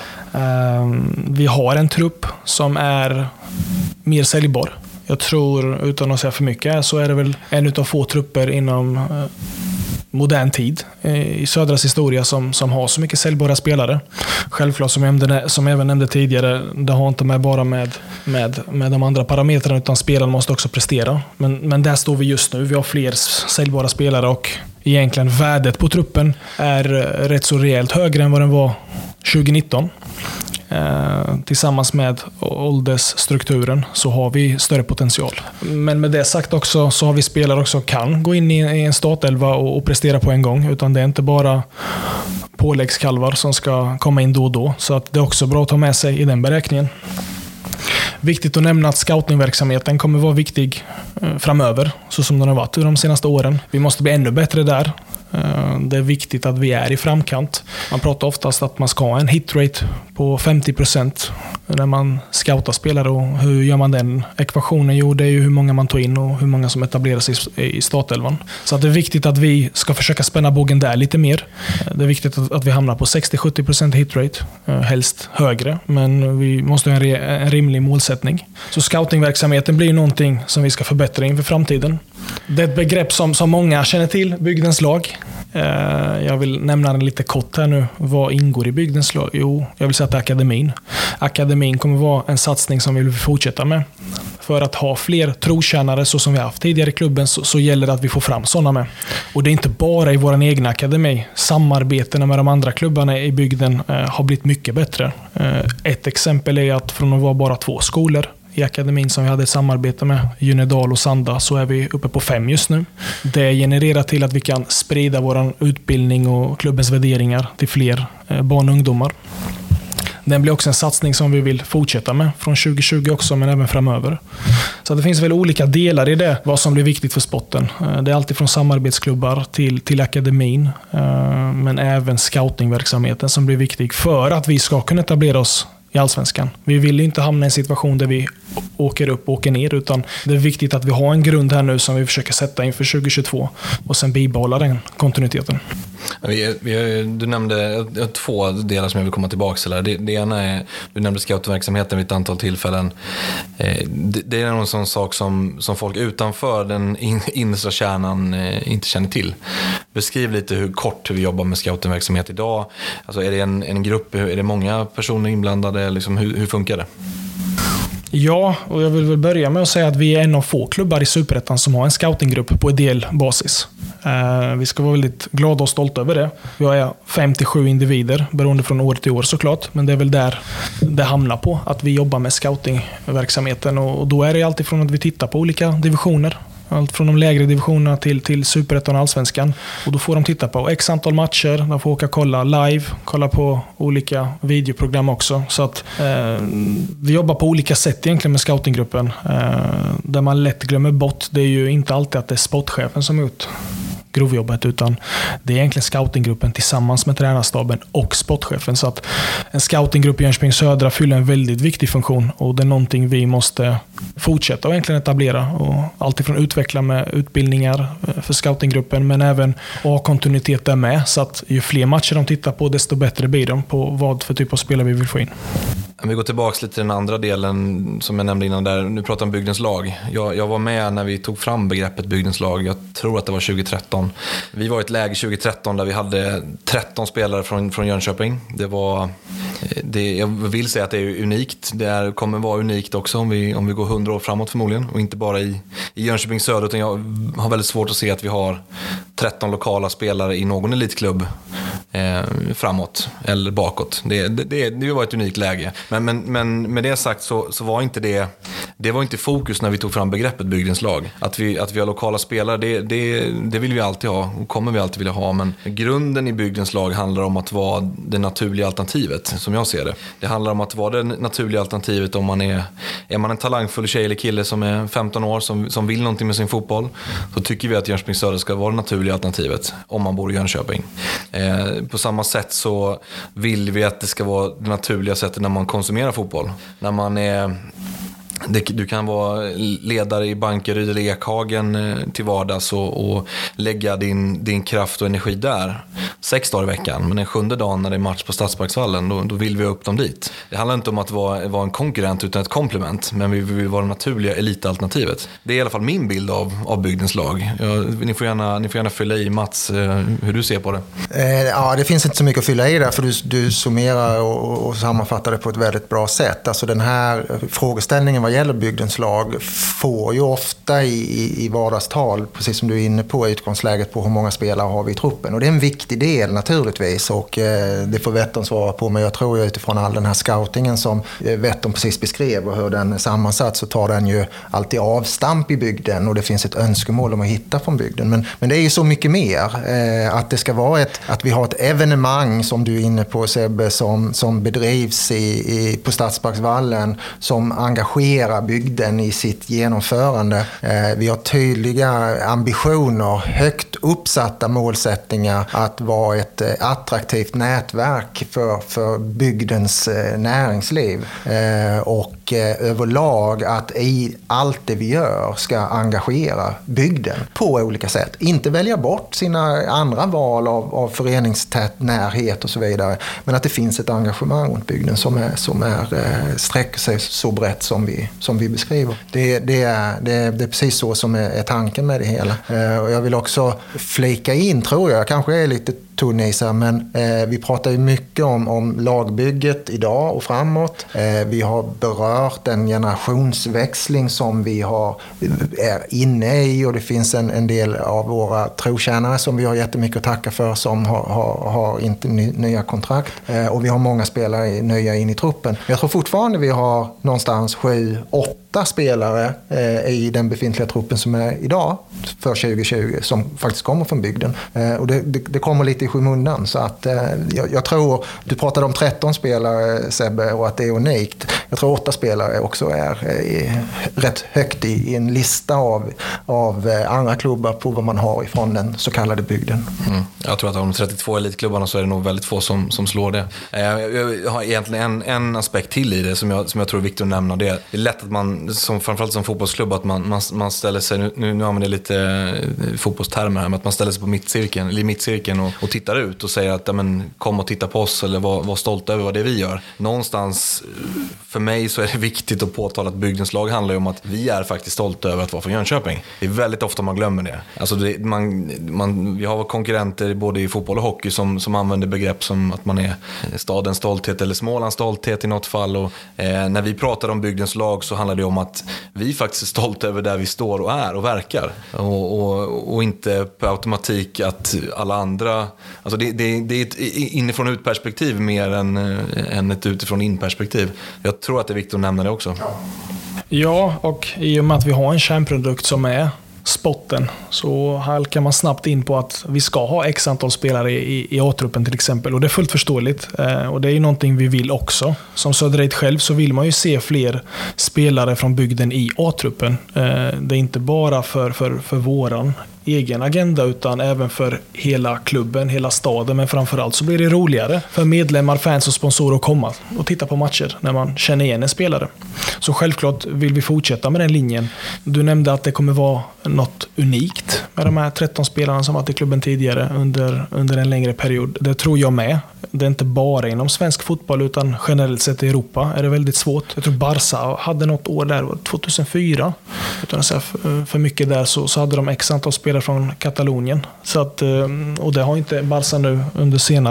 Vi har en trupp som är mer säljbar. Jag tror, utan att säga för mycket, så är det väl en utav få trupper inom modern tid i Södras historia som har så mycket säljbara spelare. Självklart, som jag även nämnde tidigare, det har inte med bara med de andra parametrarna, utan spelaren måste också prestera. Men där står vi just nu. Vi har fler säljbara spelare och egentligen värdet på truppen är rätt så rejält högre än vad den var 2019. Tillsammans med åldersstrukturen så har vi större potential. Men med det sagt också, så har vi spelare också kan gå in i en startelva och prestera på en gång, utan det är inte bara påläggskalvar som ska komma in då och då, så att det är också bra att ta med sig i den beräkningen. Viktigt att nämna att scoutingverksamheten kommer vara viktig framöver, så som den har varit de senaste åren. Vi måste bli ännu bättre där. Det är viktigt att vi är i framkant. Man pratar oftast att man ska ha en hitrate på 50% när man scoutar spelare. Och hur gör man den ekvationen? Jo, det är ju hur många man tar in och hur många som etableras i startelvan. Så att det är viktigt att vi ska försöka spänna bågen där lite mer. Det är viktigt att vi hamnar på 60-70% hitrate, helst högre, men vi måste ha en rimlig målsättning. Så scoutingverksamheten blir någonting som vi ska förbättra inför framtiden. Det är ett begrepp som många känner till, bygdens lag. Jag vill nämna den lite kort här nu. Vad ingår i bygdens lag? Jo, jag vill säga att akademin. Akademin kommer vara en satsning som vi vill fortsätta med. För att ha fler trotjänare så som vi har haft tidigare i klubben, så gäller det att vi får fram sådana med. Och det är inte bara i vår egen akademi. Samarbetena med de andra klubbarna i bygden har blivit mycket bättre. Ett exempel är att från att vara bara 2 skolor i akademin som vi hade ett samarbete med, Junedal och Sanda, så är vi uppe på 5 just nu. Det genererar till att vi kan sprida vår utbildning och klubbens värderingar till fler barn och ungdomar. Den blir också en satsning som vi vill fortsätta med från 2020 också, men även framöver. Så det finns väl olika delar i det, vad som blir viktigt för sporten. Det är alltid från samarbetsklubbar till akademin, men även scoutingverksamheten som blir viktig för att vi ska kunna etablera oss i Allsvenskan. Vi vill inte hamna i en situation där vi åker upp och åker ner, utan det är viktigt att vi har en grund här nu som vi försöker sätta inför 2022 och sen bibehålla den kontinuiteten. Du nämnde 2 delar som jag vill komma tillbaka till. Det ena är, du nämnde scoutverksamheten vid ett antal tillfällen. Det är någon sån sak som folk utanför den innersta kärnan inte känner till. Beskriv lite hur vi jobbar med scoutingverksamhet idag. Alltså är det en grupp, är det många personer inblandade? Liksom, hur funkar det? Ja, och jag vill väl börja med att säga att vi är en av få klubbar i Superettan som har en scoutinggrupp på ideell basis. Vi ska vara väldigt glada och stolta över det. Vi har 5-7 individer, beroende från år till år såklart, men det är väl där det hamnar på, att vi jobbar med scoutingverksamheten, och då är det alltid från att vi tittar på olika divisioner. Allt från de lägre divisionerna till Superettan och Allsvenskan. Och då får de titta på x antal matcher. De får åka kolla live, kolla på olika videoprogram också. Så att vi jobbar på olika sätt egentligen med scoutinggruppen. Där man lätt glömmer bort, det är ju inte alltid att det är sportchefen som har gjort grovjobbet, utan det är egentligen scoutinggruppen tillsammans med tränarstaben och sportchefen. Så att en scoutinggrupp i Jönköping Södra fyller en väldigt viktig funktion, och det är någonting vi måste fortsätta och egentligen etablera, och alltifrån utveckla med utbildningar för scoutinggruppen, men även ha kontinuitet där med, så att ju fler matcher de tittar på, desto bättre blir de på vad för typ av spelare vi vill få in. Om vi går tillbaka lite till den andra delen som jag nämnde innan där, nu pratar om bygdens lag. Jag var med när vi tog fram begreppet bygdens lag, jag tror att det var 2013. Vi var i ett läge 2013 där vi hade 13 spelare från Jönköping. Jag vill säga att det är unikt. Det kommer vara unikt också om vi går 100 år framåt förmodligen, och inte bara i Jönköping Söder, utan jag har väldigt svårt att se att vi har 13 lokala spelare i någon elitklubb framåt eller bakåt. Det var ett unikt läge. Men med det sagt så var inte det var inte fokus när vi tog fram begreppet bygdens lag. Att vi har lokala spelare, det vill vi alltid ha och kommer vi alltid vilja ha. Men grunden i bygdens lag handlar om att vara det naturliga alternativet, som jag ser det. Det handlar om att vara det naturliga alternativet om man är man en talangfull tjej eller kille som är 15 år som vill någonting med sin fotboll, så tycker vi att Jönköping Södra ska vara det naturliga alternativet om man bor i Jönköping. På samma sätt så vill vi att det ska vara det naturliga sättet när man konsumerar fotboll. När man är... Du kan vara ledare i Bankeryd eller Ekhagen till vardags och lägga din kraft och energi där 6 dagar i veckan. Men den 7:e dagen när det är match på Stadsparksvallen, då vill vi upp dem dit. Det handlar inte om att vara en konkurrent utan ett komplement, men vi vill vara det naturliga elitalternativet. Det är i alla fall min bild av bygdens lag. Ni får gärna fylla i, Mats, hur du ser på det. Ja, det finns inte så mycket att fylla i där, för du summerar och sammanfattar det på ett väldigt bra sätt. Alltså den här frågeställningen vad gäller bygdens lag får ju ofta i vardagstal, precis som du är inne på, utgångsläget på hur många spelare har vi i truppen. Och det är en viktig del naturligtvis, och det får Vetton svara på, men jag tror ju utifrån all den här scoutingen som Vetton precis beskrev och hur den är sammansatt, så tar den ju alltid avstamp i bygden och det finns ett önskemål om att hitta från bygden. Men det är ju så mycket mer, att det ska vara att vi har ett evenemang som du är inne på, Sebbe, som bedrivs på Stadsparksvallen, som engagerar bygden i sitt genomförande. Vi har tydliga ambitioner, högt uppsatta målsättningar att vara ett attraktivt nätverk för bygdens näringsliv, och överlag att i allt det vi gör ska engagera bygden på olika sätt. Inte välja bort sina andra val av föreningstät närhet och så vidare, men att det finns ett engagemang runt bygden som sträcker sig så brett som vi beskriver. Det är precis så som är tanken med det hela. Och jag vill också flika in, tror jag kanske är lite tunn i sig, men vi pratar ju mycket om lagbygget idag och framåt. Vi har berört en generationsväxling som vi är inne i, och det finns en del av våra trotjänare som vi har jättemycket att tacka för som har inte nya kontrakt, och vi har många spelare nya in i truppen. Jag tror fortfarande vi har någonstans 7-8 spelare i den befintliga truppen som är idag för 2020 som faktiskt kommer från bygden, och det kommer lite i skymundan, så att jag tror, du pratade om 13 spelare, Sebbe, och att det är unikt. Jag tror 8 spelare också är rätt högt i en lista av andra klubbar på vad man har ifrån den så kallade bygden. Jag tror att av de 32 elitklubbarna så är det nog väldigt få som slår det. Jag har egentligen en aspekt till i det som jag tror är viktigt att nämna. Det är lätt att man, framförallt som fotbollsklubb, att man ställer sig, nu använder jag lite fotbollstermer här, men att man ställer sig på mittcirkeln och tittar ut och säger att kom och titta på oss, eller var stolta över vad det vi gör. Någonstans för mig så är det viktigt att påtala att bygdens lag handlar om att vi är faktiskt stolta över att vara från Jönköping. Det är väldigt ofta man glömmer det. Alltså vi har konkurrenter både i fotboll och hockey som använder begrepp som att man är stadens stolthet eller Smålands stolthet i något fall. Och när vi pratar om bygdens lag så handlar det om att vi faktiskt är stolta över där vi står och är och verkar. Och inte på automatik att alla andra... Alltså det är ett inifrån ut-perspektiv mer än ett utifrån in-perspektiv. Jag tror att det är viktigt att nämna det också. Ja, och i och med att vi har en kärnprodukt som är spotten, så halkar man snabbt in på att vi ska ha x antal spelare i A-truppen till exempel, och det är fullt förståeligt, och det är ju någonting vi vill också. Som Söderejt själv så vill man ju se fler spelare från bygden i A-truppen. Det är inte bara för våran egen agenda utan även för hela klubben, hela staden, men framförallt så blir det roligare för medlemmar, fans och sponsorer att komma och titta på matcher när man känner igen en spelare. Så självklart vill vi fortsätta med den linjen. Du nämnde att det kommer vara något unikt med de här 13 spelarna som varit i klubben tidigare under en längre period. Det tror jag med. Det är inte bara inom svensk fotboll utan generellt sett i Europa är det väldigt svårt. Jag tror Barca hade något år där, 2004, utan att säga för mycket där, så hade de x antal spelare från Katalonien. Så att, och det har inte Barca nu under senare år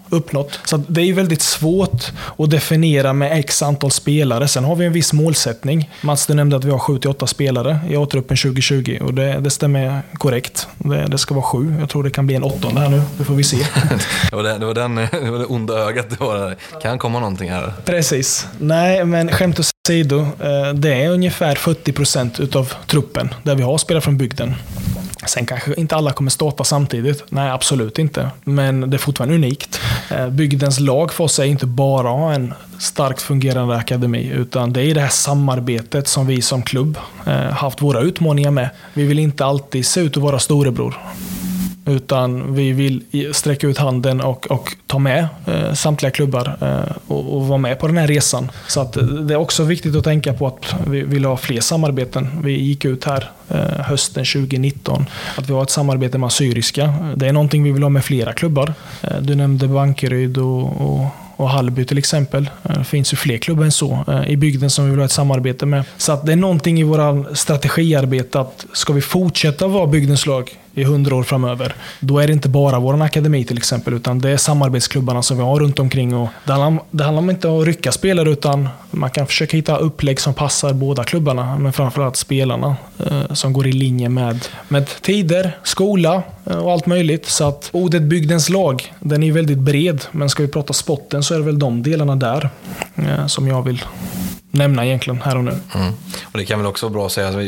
uppnått. Så det är ju väldigt svårt att definiera med x antal spelare. Sen har vi en viss målsättning. Mats, du nämnde att vi har 7-8 spelare i A-truppen 2020 och det stämmer korrekt. Det ska vara 7. Jag tror det kan bli en 8:e här nu. Det får vi se. det var det onda ögat. Kan komma någonting här. Precis. Nej, men skämt åsido, det är ungefär 40% utav truppen där vi har spelare från bygden. Sen kanske inte alla kommer starta samtidigt. Nej, absolut inte. Men det är fortfarande unikt. Bygdens lag för oss är inte bara att ha en starkt fungerande akademi, utan det är det här samarbetet som vi som klubb haft våra utmaningar med. Vi vill inte alltid se ut att vara storebror. Utan vi vill sträcka ut handen och ta med samtliga klubbar och vara med på den här resan. Så att det är också viktigt att tänka på att vi vill ha fler samarbeten. Vi gick ut här hösten 2019 att vi har ett samarbete med Assyriska. Det är någonting vi vill ha med flera klubbar. Du nämnde Bankeryd och Hallby till exempel. Det finns ju fler klubbar än så i bygden som vi vill ha ett samarbete med. Så att det är någonting i våra strategiarbete att ska vi fortsätta vara bygdens lag i 100 år framöver, då är det inte bara vår akademi till exempel, utan det är samarbetsklubbarna som vi har runt omkring. Och det handlar om inte att rycka spelare, utan man kan försöka hitta upplägg som passar båda klubbarna, men framförallt spelarna som går i linje med tider, skola och allt möjligt. Så att ordet bygdens lag, den är väldigt bred, men ska vi prata sporten så är det väl de delarna där som jag vill nämna egentligen här och nu. Och det kan väl också vara bra att säga,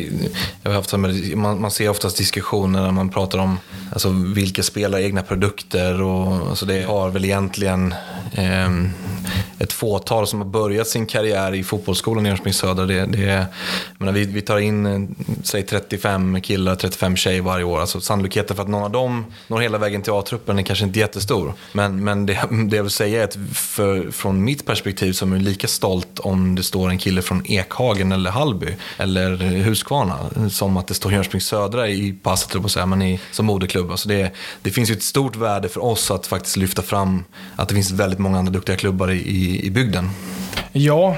man ser oftast diskussioner när man pratar om alltså, vilka spelar egna produkter, och alltså, det har väl egentligen ett fåtal som har börjat sin karriär i fotbollsskolan i Jönköping Södra. Vi tar in säg 35 killar, 35 tjejer varje år. Alltså sannolikheten för att någon av dem når hela vägen till A-truppen är kanske inte jättestor. Men det jag vill säga är att från mitt perspektiv som är lika stolt om det står en kille från Ekhagen eller Hallby eller Huskvarna som att det står Jönköping Södra i passet på sig, men som moderklubb. Alltså det finns ju ett stort värde för oss att faktiskt lyfta fram att det finns väldigt många andra duktiga klubbar i bygden. Ja,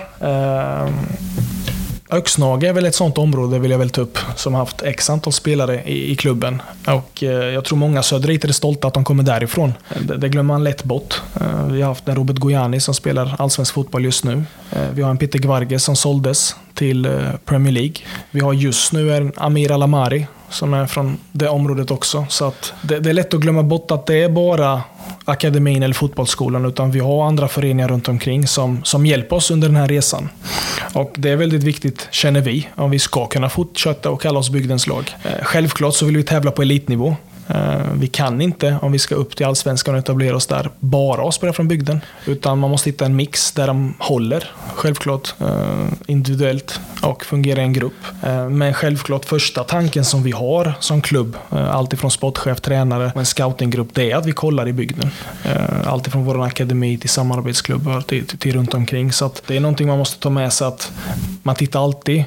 Öxnage är väl ett sånt område, vill jag väl ta upp, som har haft x antal spelare i klubben. Och jag tror många söderiter är stolta att de kommer därifrån. Det glömmer man lätt bort. Vi har haft en Robert Gojani som spelar allsvensk fotboll just nu. Vi har en Peter Gvarges som såldes till Premier League. Vi har just nu en Amir Alamari som är från det området också. Så att det är lätt att glömma bort att det är bara akademin eller fotbollsskolan, utan vi har andra föreningar runt omkring som hjälper oss under den här resan. Och det är väldigt viktigt, känner vi, om vi ska kunna fortsätta och kalla oss bygdens lag. Självklart så vill vi tävla på elitnivå. Vi kan inte, om vi ska upp till allsvenskan och etablera oss där, bara spela från bygden, utan man måste hitta en mix där de håller, självklart individuellt och fungerar i en grupp. Men självklart första tanken som vi har som klubb, alltifrån sportchef, tränare och en scoutinggrupp, det är att vi kollar i bygden. Alltifrån vår akademi till samarbetsklubbar till runt omkring. Så att det är någonting man måste ta med sig, att man tittar alltid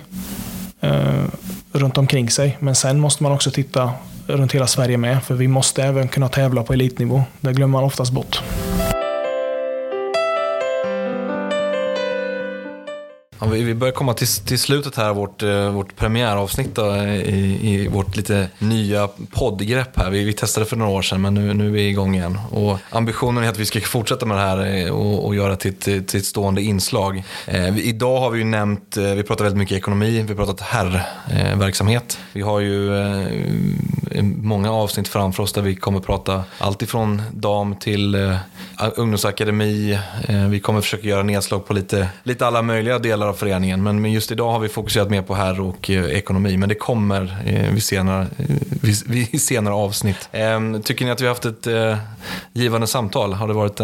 runt omkring sig, men sen måste man också titta runt hela Sverige med, för vi måste även kunna tävla på elitnivå. Det glömmer man oftast bort. Ja, vi börjar komma till slutet här, vårt premiäravsnitt då, i vårt lite nya poddgrepp här. Vi testade för några år sedan, men nu är vi igång igen. Och ambitionen är att vi ska fortsätta med det här och göra till ett stående inslag. Idag har vi ju nämnt, vi pratar väldigt mycket ekonomi, vi har pratat herrverksamhet. Vi har ju många avsnitt framför oss där vi kommer prata allt ifrån dam till ungdomsakademi. Vi kommer försöka göra nedslag på lite alla möjliga delar av föreningen, men just idag har vi fokuserat mer på herr och ekonomi, men det kommer vid senare avsnitt. Tycker ni att vi har haft ett givande samtal? Har det varit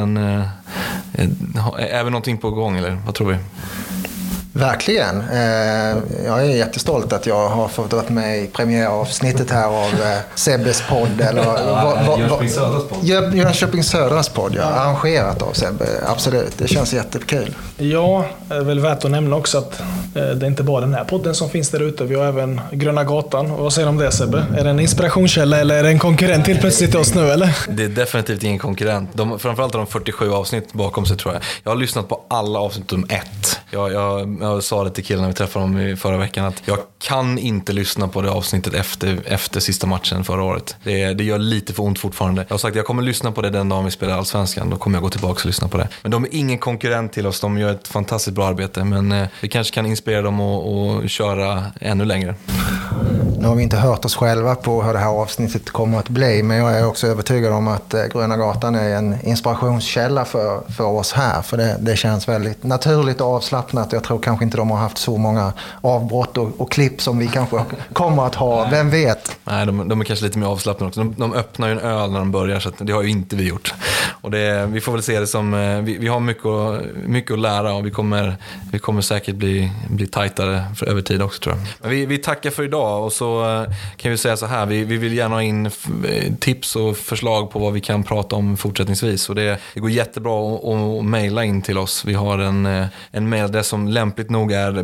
även någonting på gång, eller vad tror vi? Verkligen. Jag är jättestolt att jag har fått vara med i premiäravsnittet här av Sebbes podd. Jönköping Södras podd. Jönköping Södras podd, ja. Arrangerat av Sebbe. Absolut, det känns jättekul. Ja, det är väl värt att nämna också att det är inte bara den här podden som finns där ute. Vi har även Gröna Gatan. Och vad säger du om det, Sebbe? Är det en inspirationskälla eller är det en konkurrent till plötsligt till oss nu, eller? Det är definitivt ingen konkurrent. Framförallt har de 47 avsnitt bakom sig, tror jag. Jag har lyssnat på alla avsnitt om 1. Jag sa det till killarna vi träffade dem i förra veckan att jag kan inte lyssna på det avsnittet efter sista matchen förra året. Det gör lite för ont fortfarande. Jag har sagt att jag kommer lyssna på det den dagen vi spelar Allsvenskan. Då kommer jag gå tillbaka och lyssna på det. Men de är ingen konkurrent till oss. De gör ett fantastiskt bra arbete. Men vi kanske kan inspirera dem att köra ännu längre. Nu har vi inte hört oss själva på hur det här avsnittet kommer att bli, men jag är också övertygad om att Gröna Gatan är en inspirationskälla för oss här. För det känns väldigt naturligt och avslappnat. Jag tror kanske inte de har haft så många avbrott och klipp som vi kanske kommer att ha. Vem vet? Nej, de är kanske lite mer avslappnade också. De öppnar ju en öl när de börjar, så det har ju inte vi gjort. Och vi får väl se det som, vi har mycket att lära och vi kommer säkert bli tajtare över tid också, tror jag. Men vi tackar för idag och så kan vi säga så här, vi vill gärna ha in tips och förslag på vad vi kan prata om fortsättningsvis. Och det går jättebra att mejla in till oss. Vi har en mejladress som lämpligt nog är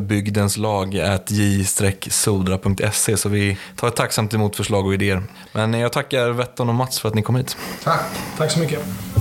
bygdenslag@j-sodra.se, så vi tar tacksamt emot förslag och idéer. Men jag tackar Wetton och Mats för att ni kom hit. Tack. Tack så mycket.